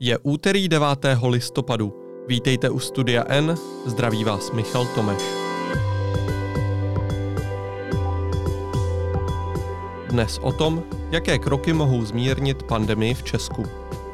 Je úterý 9. listopadu. Vítejte u Studia N, zdraví vás Michal Tomeš. Dnes o tom, jaké kroky mohou zmírnit pandemii v Česku.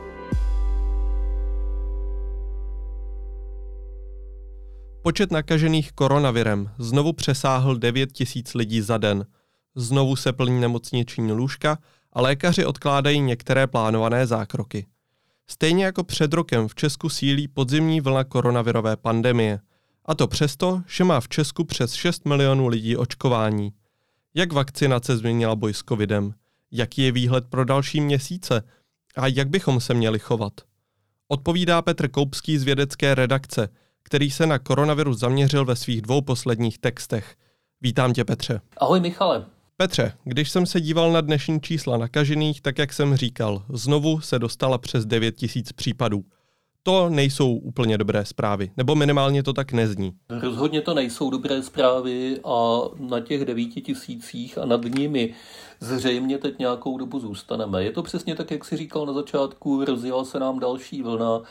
Počet nakažených koronavirem znovu přesáhl 9 000 lidí za den. Znovu se plní nemocniční lůžka a lékaři odkládají některé plánované zákroky. Stejně jako před rokem v Česku sílí podzimní vlna koronavirové pandemie. A to přesto, že má v Česku přes 6 milionů lidí očkování. Jak vakcinace změnila boj s covidem? Jaký je výhled pro další měsíce? A jak bychom se měli chovat? Odpovídá Petr Koupský z vědecké redakce, který se na koronavirus zaměřil ve svých 2 posledních textech. Vítám tě, Petře. Ahoj, Michale. Petře, když jsem se díval na dnešní čísla nakažených, tak jak jsem říkal, znovu se dostala přes 9 000 případů. To nejsou úplně dobré zprávy, nebo minimálně to tak nezní. Rozhodně to nejsou dobré zprávy a na těch 9 000 a nad nimi zřejmě teď nějakou dobu zůstaneme. Je to přesně tak, jak jsi říkal na začátku, rozjela se nám další vlna.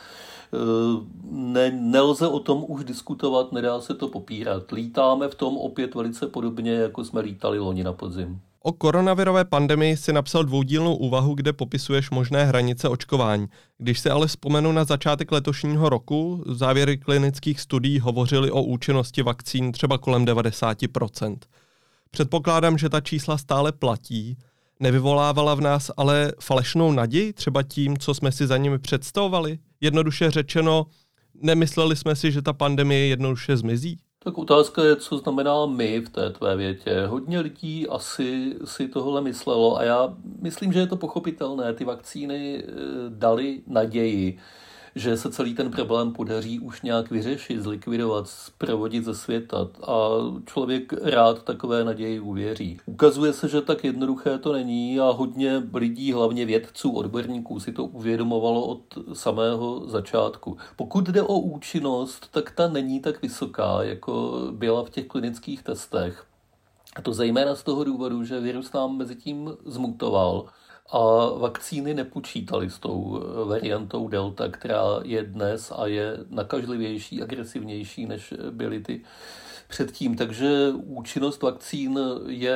Nelze o tom už diskutovat, nedá se to popírat. Lítáme v tom opět velice podobně, jako jsme lítali loni na podzim. O koronavirové pandemii si napsal 2dílnou úvahu, kde popisuješ možné hranice očkování. Když se ale vzpomenu na začátek letošního roku, závěry klinických studií hovořily o účinnosti vakcín třeba kolem 90%. Předpokládám, že ta čísla stále platí. Nevyvolávala v nás ale falešnou naději, třeba tím, co jsme si za nimi představovali? Jednoduše řečeno, nemysleli jsme si, že ta pandemie jednoduše zmizí? Tak otázka je, co znamená my v té tvé větě. Hodně lidí asi si tohle myslelo a já myslím, že je to pochopitelné. Ty vakcíny daly naději, že se celý ten problém podaří už nějak vyřešit, zlikvidovat, zprovodit ze světa a člověk rád takové naději uvěří. Ukazuje se, že tak jednoduché to není a hodně lidí, hlavně vědců, odborníků, si to uvědomovalo od samého začátku. Pokud jde o účinnost, tak ta není tak vysoká, jako byla v těch klinických testech. A to zejména z toho důvodu, že virus nám mezi tím zmutoval. A vakcíny nepočítaly s tou variantou Delta, která je dnes a je nakažlivější, agresivnější, než byly ty předtím. Takže účinnost vakcín je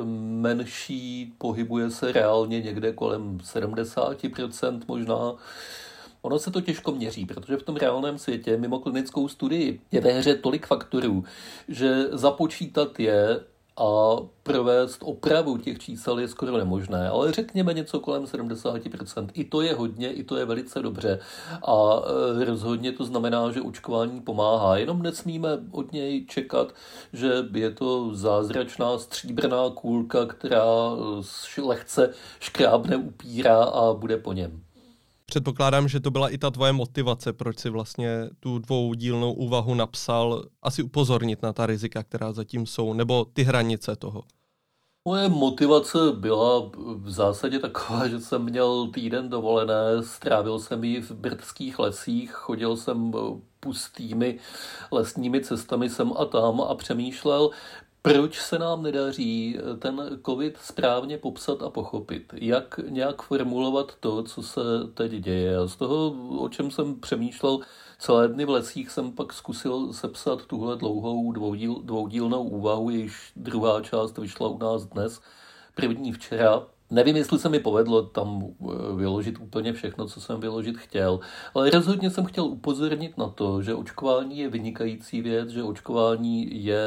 menší, pohybuje se reálně někde kolem 70% možná. Ono se to těžko měří, protože v tom reálném světě mimo klinickou studii je ve hře tolik faktorů, že započítat je a provést opravu těch čísel je skoro nemožné, ale řekněme něco kolem 70%. I to je hodně, i to je velice dobře a rozhodně to znamená, že očkování pomáhá. Jenom nesmíme od něj čekat, že je to zázračná stříbrná kůlka, která lehce škrábne upíra a bude po něm. Předpokládám, že to byla i ta tvoje motivace, proč si vlastně tu 2dílnou úvahu napsal, asi upozornit na ta rizika, která zatím jsou, nebo ty hranice toho. Moje motivace byla v zásadě taková, že jsem měl týden dovolené, strávil jsem ji v brdských lesích, chodil jsem pustými lesními cestami sem a tam a přemýšlel, proč se nám nedaří ten covid správně popsat a pochopit? Jak nějak formulovat to, co se teď děje? A z toho, o čem jsem přemýšlel celé dny v lesích, jsem pak zkusil sepsat tuhle dlouhou dvoudílnou úvahu, jejíž druhá část vyšla u nás dnes, první včera. Nevím, jestli se mi povedlo tam vyložit úplně všechno, co jsem vyložit chtěl, ale rozhodně jsem chtěl upozornit na to, že očkování je vynikající věc, že očkování je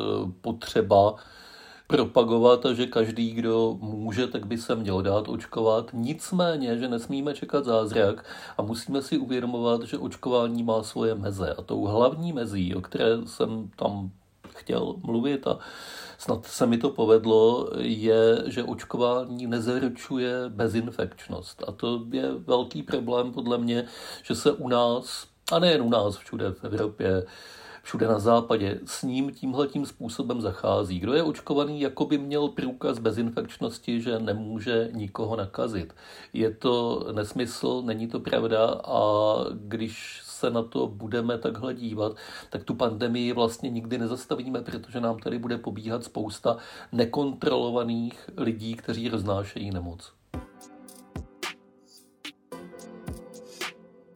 potřeba propagovat a že každý, kdo může, tak by se měl dát očkovat. Nicméně, že nesmíme čekat zázrak a musíme si uvědomovat, že očkování má svoje meze. A tou hlavní mezí, o které jsem tam chtěl mluvit a snad se mi to povedlo, je, že očkování nezaručuje bezinfekčnost. A to je velký problém podle mě, že se u nás, a nejen u nás, všude v Evropě, všude na západě, s ním tímhletím způsobem zachází. Kdo je očkovaný, jako by měl průkaz bezinfekčnosti, že nemůže nikoho nakazit. Je to nesmysl, není to pravda a když se na to budeme takhle dívat, tak tu pandemii vlastně nikdy nezastavíme, protože nám tady bude pobíhat spousta nekontrolovaných lidí, kteří roznášejí nemoc.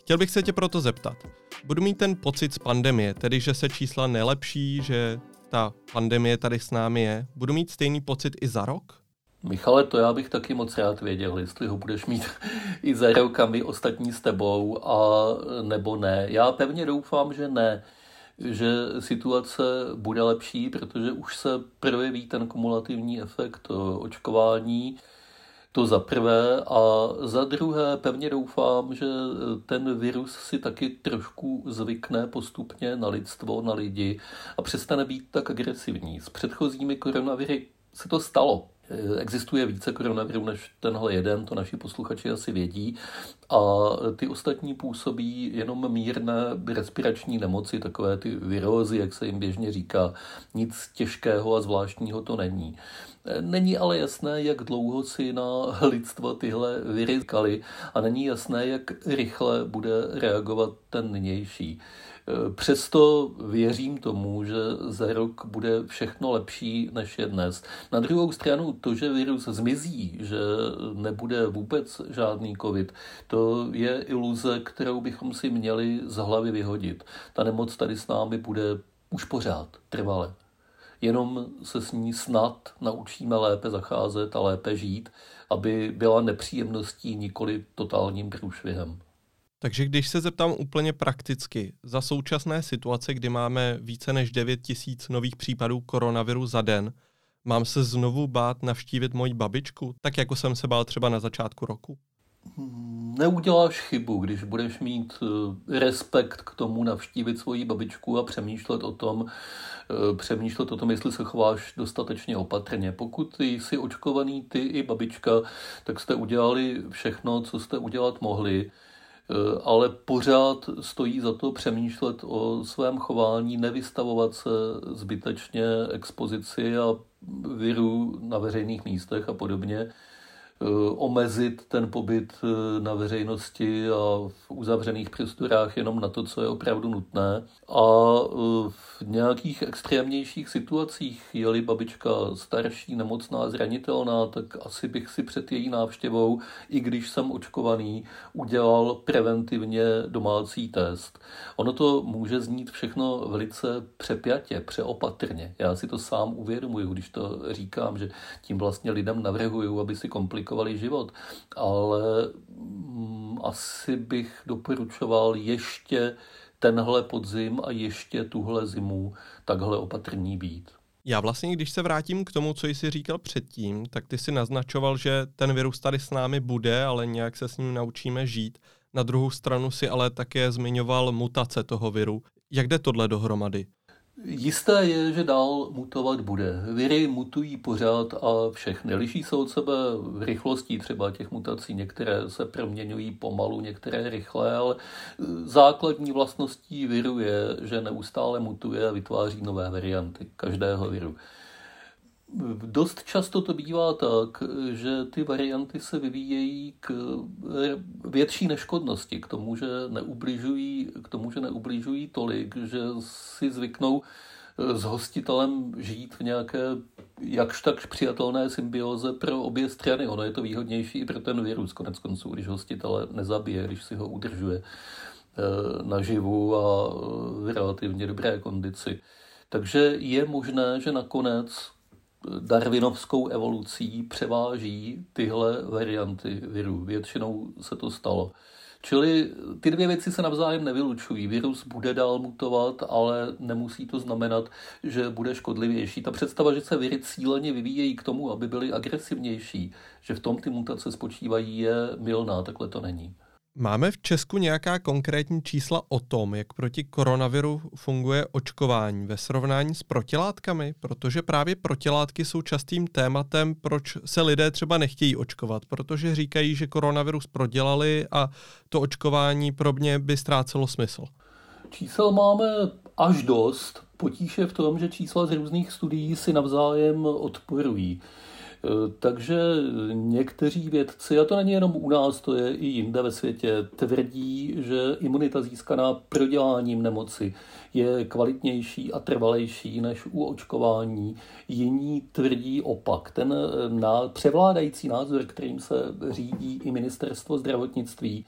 Chtěl bych se tě proto zeptat. Budu mít ten pocit z pandemie, tedy že se čísla nelepší, že ta pandemie tady s námi je. Budu mít stejný pocit i za rok? Michale, to já bych taky moc rád věděl, jestli ho budeš mít i za rok a my ostatní s tebou, a nebo ne. Já pevně doufám, že ne, že situace bude lepší, protože už se projeví ten kumulativní efekt očkování, to za prvé, a za druhé pevně doufám, že ten virus si taky trošku zvykne postupně na lidstvo, na lidi a přestane být tak agresivní. S předchozími koronaviry se to stalo. Existuje více koronavirů než tenhle jeden, to naši posluchači asi vědí, a ty ostatní působí jenom mírné respirační nemoci, takové ty virózy, jak se jim běžně říká. Nic těžkého a zvláštního to není. Není ale jasné, jak dlouho si na lidstvo tyhle viry zvykaly a není jasné, jak rychle bude reagovat ten nynější. Přesto věřím tomu, že za rok bude všechno lepší, než je dnes. Na druhou stranu to, že virus zmizí, že nebude vůbec žádný covid, to je iluze, kterou bychom si měli z hlavy vyhodit. Ta nemoc tady s námi bude už pořád, trvale. Jenom se s ní snad naučíme lépe zacházet a lépe žít, aby byla nepříjemností, nikoli totálním průšvihem. Takže když se zeptám úplně prakticky, za současné situace, kdy máme více než 9 000 nových případů koronaviru za den, mám se znovu bát navštívit moji babičku, tak jako jsem se bál třeba na začátku roku? Neuděláš chybu, když budeš mít respekt k tomu navštívit svoji babičku a přemýšlet o tom, jestli se chováš dostatečně opatrně. Pokud jsi očkovaný ty i babička, tak jste udělali všechno, co jste udělat mohli, ale pořád stojí za to přemýšlet o svém chování, nevystavovat se zbytečně expozici a viru na veřejných místech a podobně, omezit ten pobyt na veřejnosti a v uzavřených prostorách jenom na to, co je opravdu nutné. A v nějakých extrémnějších situacích, je-li babička starší, nemocná, zranitelná, tak asi bych si před její návštěvou, i když jsem očkovaný, udělal preventivně domácí test. Ono to může znít všechno velice přepjatě, přeopatrně. Já si to sám uvědomuji, když to říkám, že tím vlastně lidem navrhuju, aby si komplikovali život, ale asi bych doporučoval ještě tenhle podzim a ještě tuhle zimu takhle opatrní být. Já vlastně, když se vrátím k tomu, co jsi říkal předtím, tak ty si naznačoval, že ten virus tady s námi bude, ale nějak se s ním naučíme žít. Na druhou stranu si ale také zmiňoval mutace toho viru. Jak jde tohle dohromady? Jisté je, že dál mutovat bude. Viry mutují pořád a všechny. Liší se od sebe v rychlosti třeba těch mutací. Některé se proměňují pomalu, některé rychle, ale základní vlastností viru je, že neustále mutuje a vytváří nové varianty každého viru. Dost často to bývá tak, že ty varianty se vyvíjejí k větší neškodnosti, k tomu, že neubližují tolik, že si zvyknou s hostitelem žít v nějaké jakž tak přijatelné symbioze pro obě strany. Ono je to výhodnější i pro ten virus, konec konců, když hostitele nezabije, když si ho udržuje naživu a v relativně dobré kondici. Takže je možné, že nakonec darwinovskou evolucí převáží tyhle varianty virů. Většinou se to stalo. Čili ty dvě věci se navzájem nevylučují. Virus bude dál mutovat, ale nemusí to znamenat, že bude škodlivější. Ta představa, že se viry cíleně vyvíjejí k tomu, aby byly agresivnější, že v tom ty mutace spočívají, je mylná, takhle to není. Máme v Česku nějaká konkrétní čísla o tom, jak proti koronaviru funguje očkování ve srovnání s protilátkami? Protože právě protilátky jsou častým tématem, proč se lidé třeba nechtějí očkovat, protože říkají, že koronavirus prodělali a to očkování pro ně by ztrácelo smysl. Čísel máme až dost. Potíž je v tom, že čísla z různých studií si navzájem odporují. Takže někteří vědci, a to není jenom u nás, to je i jinde ve světě, tvrdí, že imunita získaná proděláním nemoci je kvalitnější a trvalejší než u očkování. Jiní tvrdí opak. Ten převládající názor, kterým se řídí i ministerstvo zdravotnictví,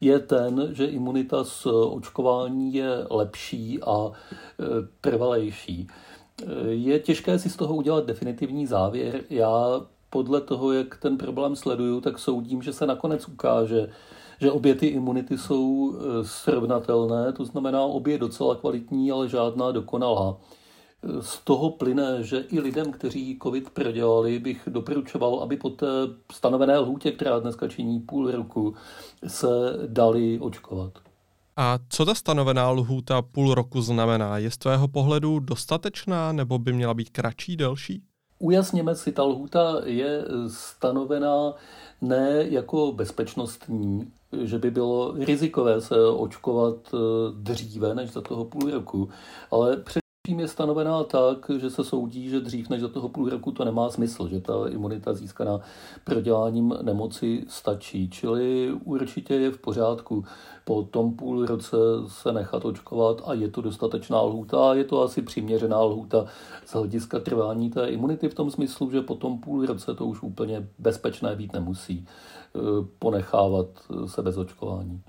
je ten, že imunita z očkování je lepší a trvalejší. Je těžké si z toho udělat definitivní závěr. Já podle toho, jak ten problém sleduju, tak soudím, že se nakonec ukáže, že obě ty imunity jsou srovnatelné, to znamená obě docela kvalitní, ale žádná dokonalá. Z toho plyne, že i lidem, kteří covid prodělali, bych doporučoval, aby po té stanovené lhůtě, která dneska činí půl roku, se dali očkovat. A co ta stanovená lhůta půl roku znamená? Je z tvého pohledu dostatečná nebo by měla být kratší, delší? Ujasněme si, ta lhůta je stanovená ne jako bezpečnostní, že by bylo rizikové se očkovat dříve než za toho půl roku, ale především je stanovená tak, že se soudí, že dřív než za toho půl roku to nemá smysl, že ta imunita získaná proděláním nemoci stačí. Čili určitě je v pořádku po tom půl roce se nechat očkovat a je to dostatečná lhůta a je to asi přiměřená lhůta z hlediska trvání té imunity v tom smyslu, že po tom půl roce to už úplně bezpečné být nemusí ponechávat se bez očkování.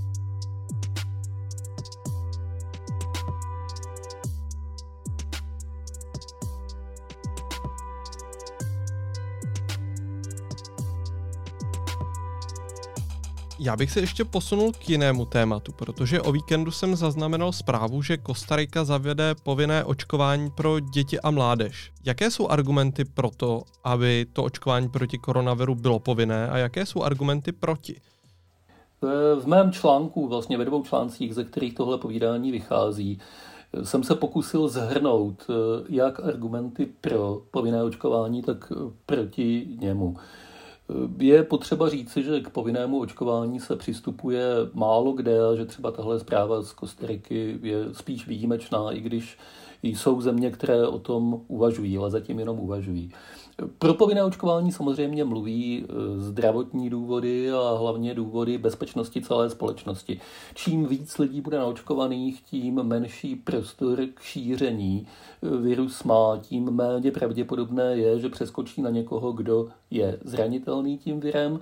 Já bych se ještě posunul k jinému tématu, protože o víkendu jsem zaznamenal zprávu, že Kostarika zavede povinné očkování pro děti a mládež. Jaké jsou argumenty pro to, aby to očkování proti koronaviru bylo povinné a jaké jsou argumenty proti? V mém článku, vlastně ve 2 článcích, ze kterých tohle povídání vychází, jsem se pokusil shrnout jak argumenty pro povinné očkování, tak proti němu. Je potřeba říci, že k povinnému očkování se přistupuje málo kde a že třeba tahle zpráva z Kostariky je spíš výjimečná, i když jsou země, které o tom uvažují, ale zatím jenom uvažují. Pro povinné očkování samozřejmě mluví zdravotní důvody a hlavně důvody bezpečnosti celé společnosti. Čím víc lidí bude naočkovaných, tím menší prostor k šíření virus má, tím méně pravděpodobné je, že přeskočí na někoho, kdo je zranitelný tím virem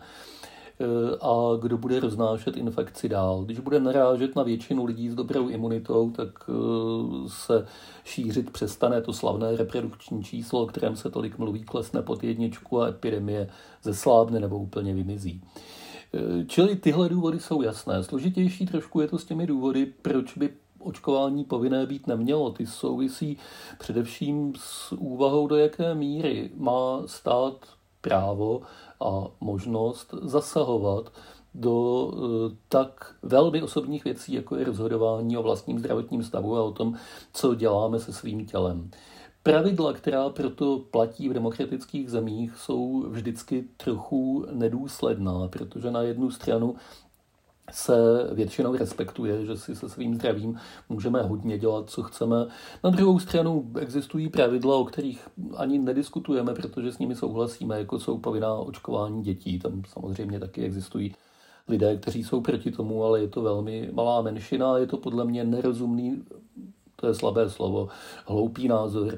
a kdo bude roznášet infekci dál. Když bude narážet na většinu lidí s dobrou imunitou, tak se šířit přestane to slavné reprodukční číslo, o kterém se tolik mluví, klesne pod 1 a epidemie zeslábne nebo úplně vymizí. Čili tyhle důvody jsou jasné. Složitější trošku je to s těmi důvody, proč by očkování povinné být nemělo. Ty souvisí především s úvahou, do jaké míry má stát právo a možnost zasahovat do tak velmi osobních věcí, jako je rozhodování o vlastním zdravotním stavu a o tom, co děláme se svým tělem. Pravidla, která proto platí v demokratických zemích, jsou vždycky trochu nedůsledná, protože na jednu stranu se většinou respektuje, že si se svým zdravím můžeme hodně dělat, co chceme. Na druhou stranu existují pravidla, o kterých ani nediskutujeme, protože s nimi souhlasíme, jako jsou povinná očkování dětí. Tam samozřejmě taky existují lidé, kteří jsou proti tomu, ale je to velmi malá menšina a je to podle mě nerozumný, to je slabé slovo, hloupý názor,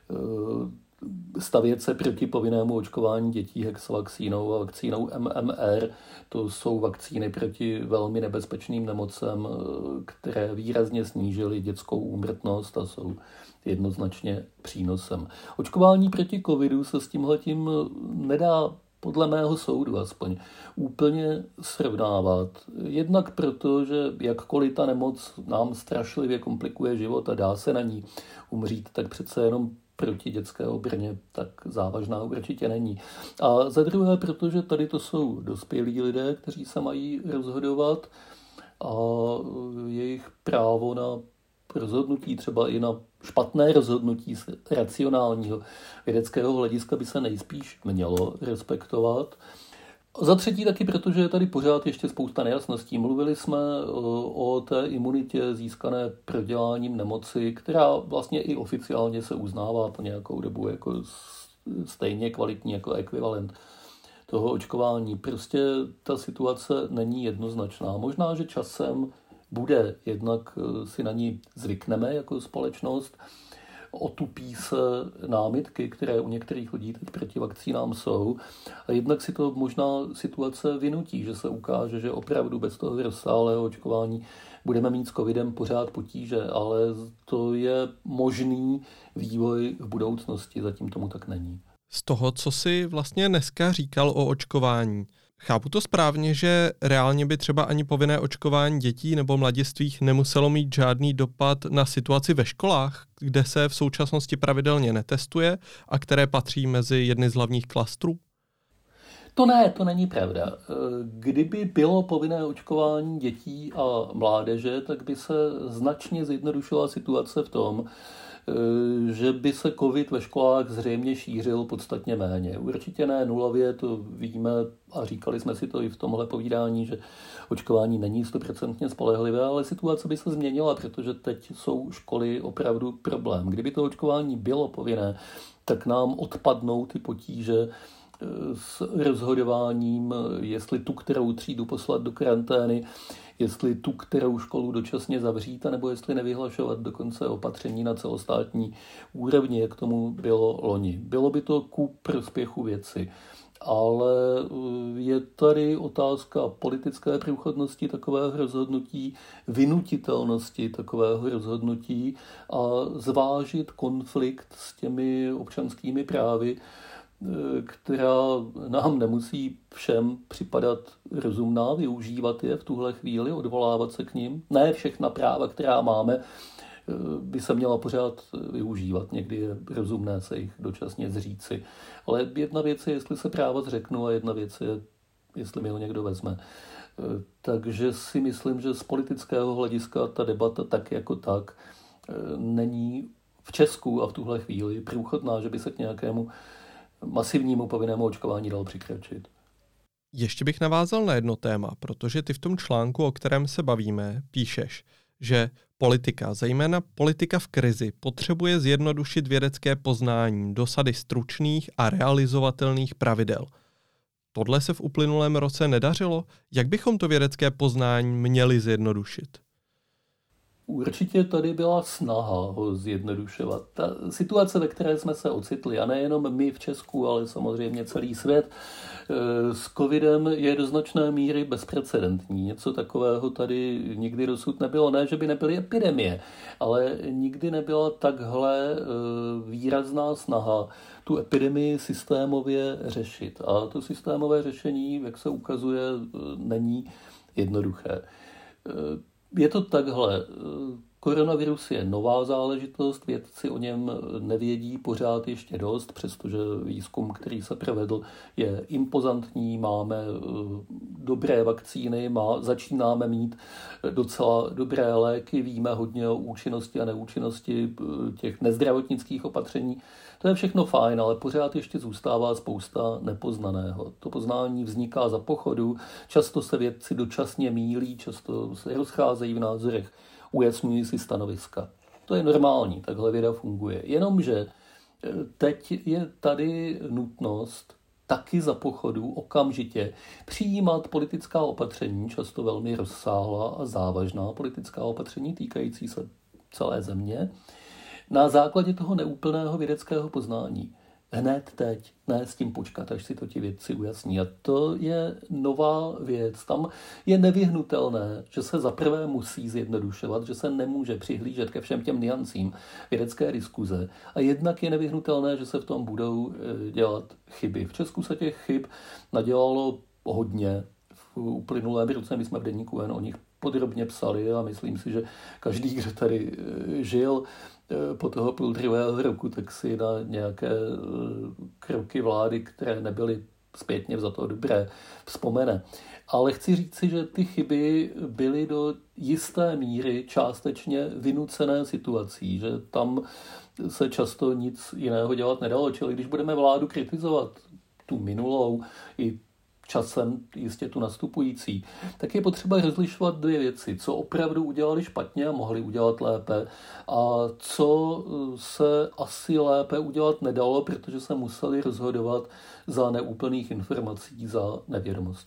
stavět se proti povinnému očkování dětí hexavakcínou a vakcínou MMR. To jsou vakcíny proti velmi nebezpečným nemocem, které výrazně snížily dětskou úmrtnost a jsou jednoznačně přínosem. Očkování proti covidu se s tímhletím nedá podle mého soudu aspoň úplně srovnávat. Jednak proto, že jakkoliv ta nemoc nám strašlivě komplikuje život a dá se na ní umřít, tak přece jenom proti dětské obrně tak závažná určitě není. A za druhé, protože tady to jsou dospělí lidé, kteří se mají rozhodovat a jejich právo na rozhodnutí, třeba i na špatné rozhodnutí z racionálního vědeckého hlediska by se nejspíš mělo respektovat. Za třetí taky, protože je tady pořád ještě spousta nejasností. Mluvili jsme o té imunitě získané proděláním nemoci, která vlastně i oficiálně se uznává po nějakou dobu jako stejně kvalitní jako ekvivalent toho očkování. Prostě ta situace není jednoznačná. Možná, že časem bude, jednak si na ní zvykneme jako společnost. otupí se námitky, které u některých lidí teď proti vakcínám jsou. A jednak si to možná situace vynutí, že se ukáže, že opravdu bez toho rozsáhlého očkování budeme mít s covidem pořád potíže, ale to je možný vývoj v budoucnosti, zatím tomu tak není. Z toho, co jsi vlastně dneska říkal o očkování, chápu to správně, že reálně by třeba ani povinné očkování dětí nebo mladistvých nemuselo mít žádný dopad na situaci ve školách, kde se v současnosti pravidelně netestuje a které patří mezi jedny z hlavních klastrů? To není pravda. Kdyby bylo povinné očkování dětí a mládeže, tak by se značně zjednodušila situace v tom, že by se covid ve školách zřejmě šířil podstatně méně. Určitě ne nulově, to víme a říkali jsme si to i v tomhle povídání, že očkování není 100% spolehlivé, ale situace by se změnila, protože teď jsou školy opravdu problém. Kdyby to očkování bylo povinné, tak nám odpadnou ty potíže s rozhodováním, jestli tu, kterou třídu poslat do karantény, jestli tu, kterou školu dočasně zavřít, nebo jestli nevyhlašovat dokonce opatření na celostátní úrovni, jak tomu bylo loni. Bylo by to ku prospěchu věci, ale je tady otázka politické průchodnosti takového rozhodnutí, vynutitelnosti takového rozhodnutí a zvážit konflikt s těmi občanskými právy, která nám nemusí všem připadat rozumná, využívat je v tuhle chvíli, odvolávat se k nim. Ne všechna práva, která máme, by se měla pořád využívat. Někdy je rozumné se jich dočasně zříci. Ale jedna věc je, jestli se práva zřeknou, a jedna věc je, jestli mi ho někdo vezme. Takže si myslím, že z politického hlediska ta debata tak jako tak není v Česku a v tuhle chvíli průchodná, že by se k nějakému masivnímu povinnému očkování dal přikročit. Ještě bych navázal na jedno téma, protože ty v tom článku, o kterém se bavíme, píšeš, že politika, zejména politika v krizi, potřebuje zjednodušit vědecké poznání do sady stručných a realizovatelných pravidel. Tohle se v uplynulém roce nedařilo? Jak bychom to vědecké poznání měli zjednodušit? Určitě tady byla snaha ho zjednodušovat. Ta situace, ve které jsme se ocitli, a nejenom my v Česku, ale samozřejmě celý svět, s covidem je do značné míry bezprecedentní. Něco takového tady nikdy dosud nebylo. Ne, že by nebyly epidemie, ale nikdy nebyla takhle výrazná snaha tu epidemii systémově řešit. A to systémové řešení, jak se ukazuje, není jednoduché. Je to takhle. Koronavirus je nová záležitost, vědci o něm nevědí pořád ještě dost, přestože výzkum, který se provedl, je impozantní, máme dobré vakcíny, začínáme mít docela dobré léky, víme hodně o účinnosti a neúčinnosti těch nezdravotnických opatření. To je všechno fajn, ale pořád ještě zůstává spousta nepoznaného. To poznání vzniká za pochodu, často se vědci dočasně mýlí, často se rozcházejí v názorech, ujasňují si stanoviska. To je normální, takhle věda funguje. Jenomže teď je tady nutnost taky za pochodu okamžitě přijímat politická opatření, často velmi rozsáhlá a závažná politická opatření týkající se celé země, na základě toho neúplného vědeckého poznání. Hned teď, ne s tím počkat, až si to ti vědci ujasní. A to je nová věc. Tam je nevyhnutelné, že se zaprvé musí zjednodušovat, že se nemůže přihlížet ke všem těm niancím vědecké diskuze. A jednak je nevyhnutelné, že se v tom budou dělat chyby. V Česku se těch chyb nadělalo hodně. V uplynulém roce my jsme v Deníku N o nich podrobně psali a myslím si, že každý, kdo tady žil po toho půl druhého roku, tak si na nějaké kroky vlády, které nebyly zpětně vzato dobré, vzpomene. Ale chci říci, že ty chyby byly do jisté míry částečně vynucené situací, že tam se často nic jiného dělat nedalo. Čili když budeme vládu kritizovat, tu minulou i časem jistě tu nastupující, tak je potřeba rozlišovat dvě věci. Co opravdu udělali špatně a mohli udělat lépe a co se asi lépe udělat nedalo, protože se museli rozhodovat za neúplných informací, za nevědomosti.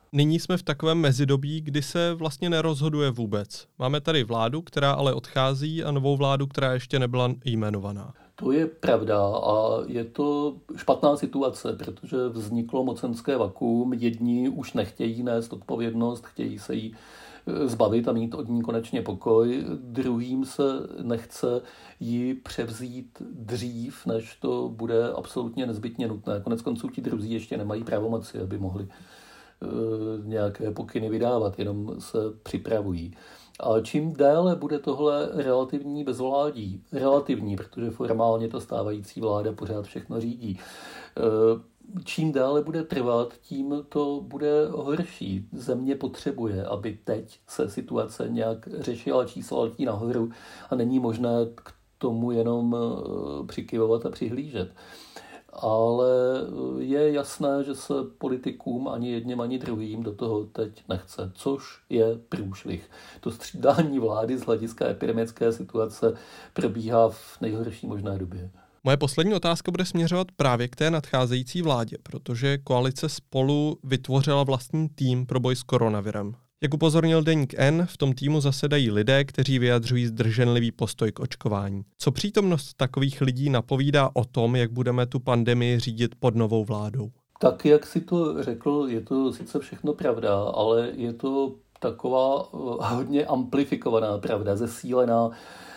Nyní jsme v takovém mezidobí, kdy se vlastně nerozhoduje vůbec. Máme tady vládu, která ale odchází, a novou vládu, která ještě nebyla jmenovaná. To je pravda a je to špatná situace, protože vzniklo mocenské vakuum. Jedni už nechtějí nést odpovědnost, chtějí se jí zbavit a mít od ní konečně pokoj. Druhým se nechce ji převzít dřív, než to bude absolutně nezbytně nutné. Koneckonců ti druzí ještě nemají pravomoci, aby mohli nějaké pokyny vydávat, jenom se připravují. A čím déle bude tohle relativní bezvládí, protože formálně ta stávající vláda pořád všechno řídí, čím déle bude trvat, tím to bude horší. Země potřebuje, aby teď se situace nějak řešila, čísla letí nahoru a není možné k tomu jenom přikyvovat a přihlížet. Ale je jasné, že se politikům ani jedním, ani druhým do toho teď nechce, což je průšvih. To střídání vlády z hlediska epidemické situace probíhá v nejhorší možné době. Moje poslední otázka bude směřovat právě k té nadcházející vládě, protože koalice Spolu vytvořila vlastní tým pro boj s koronavirem. Jak upozornil deník N, v tom týmu zasedají lidé, kteří vyjadřují zdrženlivý postoj k očkování. Co přítomnost takových lidí napovídá o tom, jak budeme tu pandemii řídit pod novou vládou? Tak, jak si to řekl, je to sice všechno pravda, ale je to taková hodně amplifikovaná pravda, zesílená.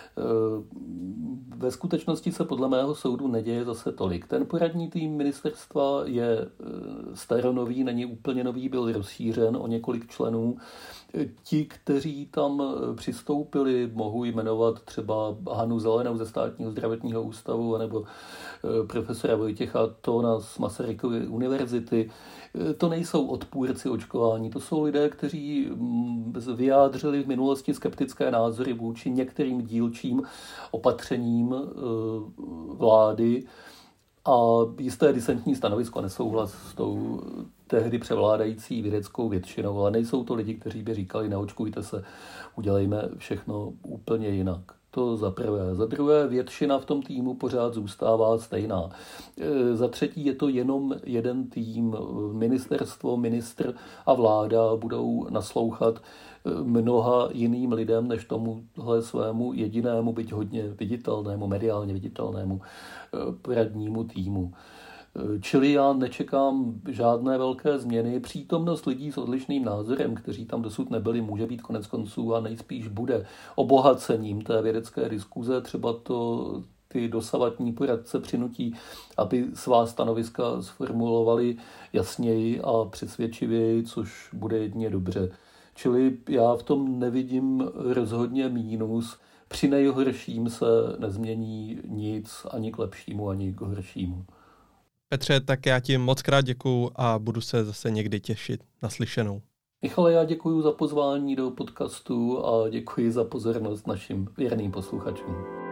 Ve skutečnosti se podle mého soudu neděje zase tolik. Ten poradní tým ministerstva je staronový, není úplně nový, byl rozšířen o několik členů. Ti, kteří tam přistoupili, mohu jmenovat třeba Hanu Zelenou ze Státního zdravotního ústavu nebo profesora Vojtěcha Tóna z Masarykovy univerzity. To nejsou odpůrci očkování, to jsou lidé, kteří vyjádřili v minulosti skeptické názory vůči některým dílčím opatřením vlády a jisté disentní stanovisko, nesouhlas s tou tehdy převládající vědeckou většinou, ale nejsou to lidi, kteří by říkali, neočkujte se, udělejme všechno úplně jinak. To za prvé. Za druhé, většina v tom týmu pořád zůstává stejná. Za třetí, je to jenom jeden tým. Ministerstvo, ministr a vláda budou naslouchat mnoha jiným lidem, než tomuhle svému jedinému, byť hodně viditelnému, mediálně viditelnému poradnímu týmu. Čili já nečekám žádné velké změny. Přítomnost lidí s odlišným názorem, kteří tam dosud nebyli, může být koneckonců a nejspíš bude obohacením té vědecké diskuze. Třeba to ty dosavadní poradce přinutí, aby svá stanoviska sformulovali jasněji a přesvědčivěji, což bude jedině dobře. Čili já v tom nevidím rozhodně mínus. Při nejhorším se nezmění nic ani k lepšímu, ani k horšímu. Petře, tak já ti moc krát děkuju a budu se zase někdy těšit. Naslyšenou. Michale, já děkuji za pozvání do podcastu a děkuji za pozornost našim věrným posluchačům.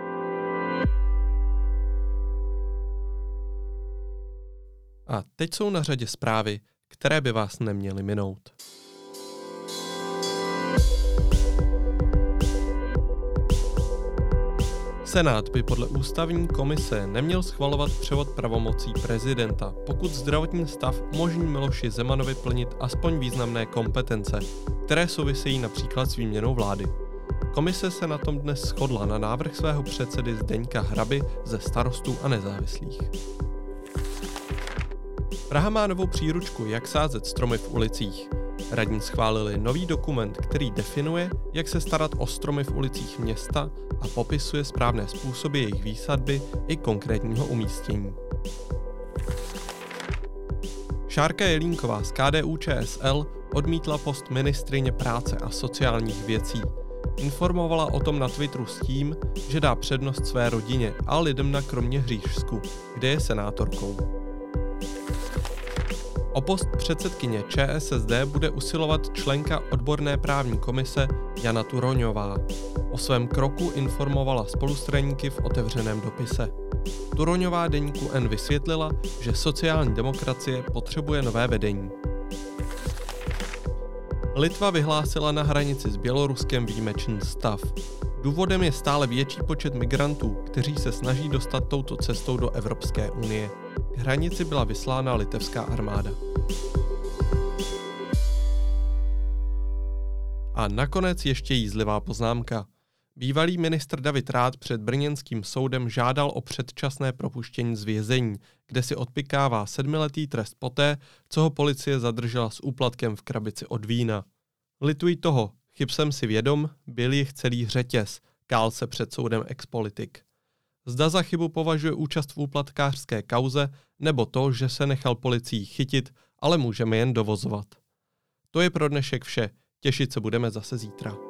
A teď jsou na řadě zprávy, které by vás neměly minout. Senát by podle ústavní komise neměl schvalovat převod pravomocí prezidenta, pokud zdravotní stav umožní Miloši Zemanovi plnit aspoň významné kompetence, které souvisejí například s výměnou vlády. Komise se na tom dnes shodla na návrh svého předsedy Zdeňka Hraby ze Starostů a nezávislých. Praha má novou příručku, jak sázet stromy v ulicích. Radní schválili nový dokument, který definuje, jak se starat o stromy v ulicích města a popisuje správné způsoby jejich výsadby i konkrétního umístění. Šárka Jelínková z KDU-ČSL odmítla post ministryně práce a sociálních věcí. Informovala o tom na Twitteru s tím, že dá přednost své rodině a lidem na Kroměřížsku, kde je senátorkou. O post předsedkyně ČSSD bude usilovat členka odborné právní komise Jana Turoňová. O svém kroku informovala spolustraníky v otevřeném dopise. Turoňová deníku N vysvětlila, že sociální demokracie potřebuje nové vedení. Litva vyhlásila na hranici s Běloruskem výjimečný stav. Důvodem je stále větší počet migrantů, kteří se snaží dostat touto cestou do Evropské unie. K hranici byla vyslána litevská armáda. A nakonec ještě jízlivá poznámka. Bývalý ministr David Rath před brněnským soudem žádal o předčasné propuštění z vězení, kde si odpykává 7letý trest poté, co ho policie zadržela s úplatkem v krabici od vína. Lituji toho, chyb jsem si vědom, byl jich celý řetěz, kál se před soudem expolitik. Zda za chybu považuje účast v úplatkářské kauze, nebo to, že se nechal policií chytit, ale můžeme jen dovozovat. To je pro dnešek vše, těšit se budeme zase zítra.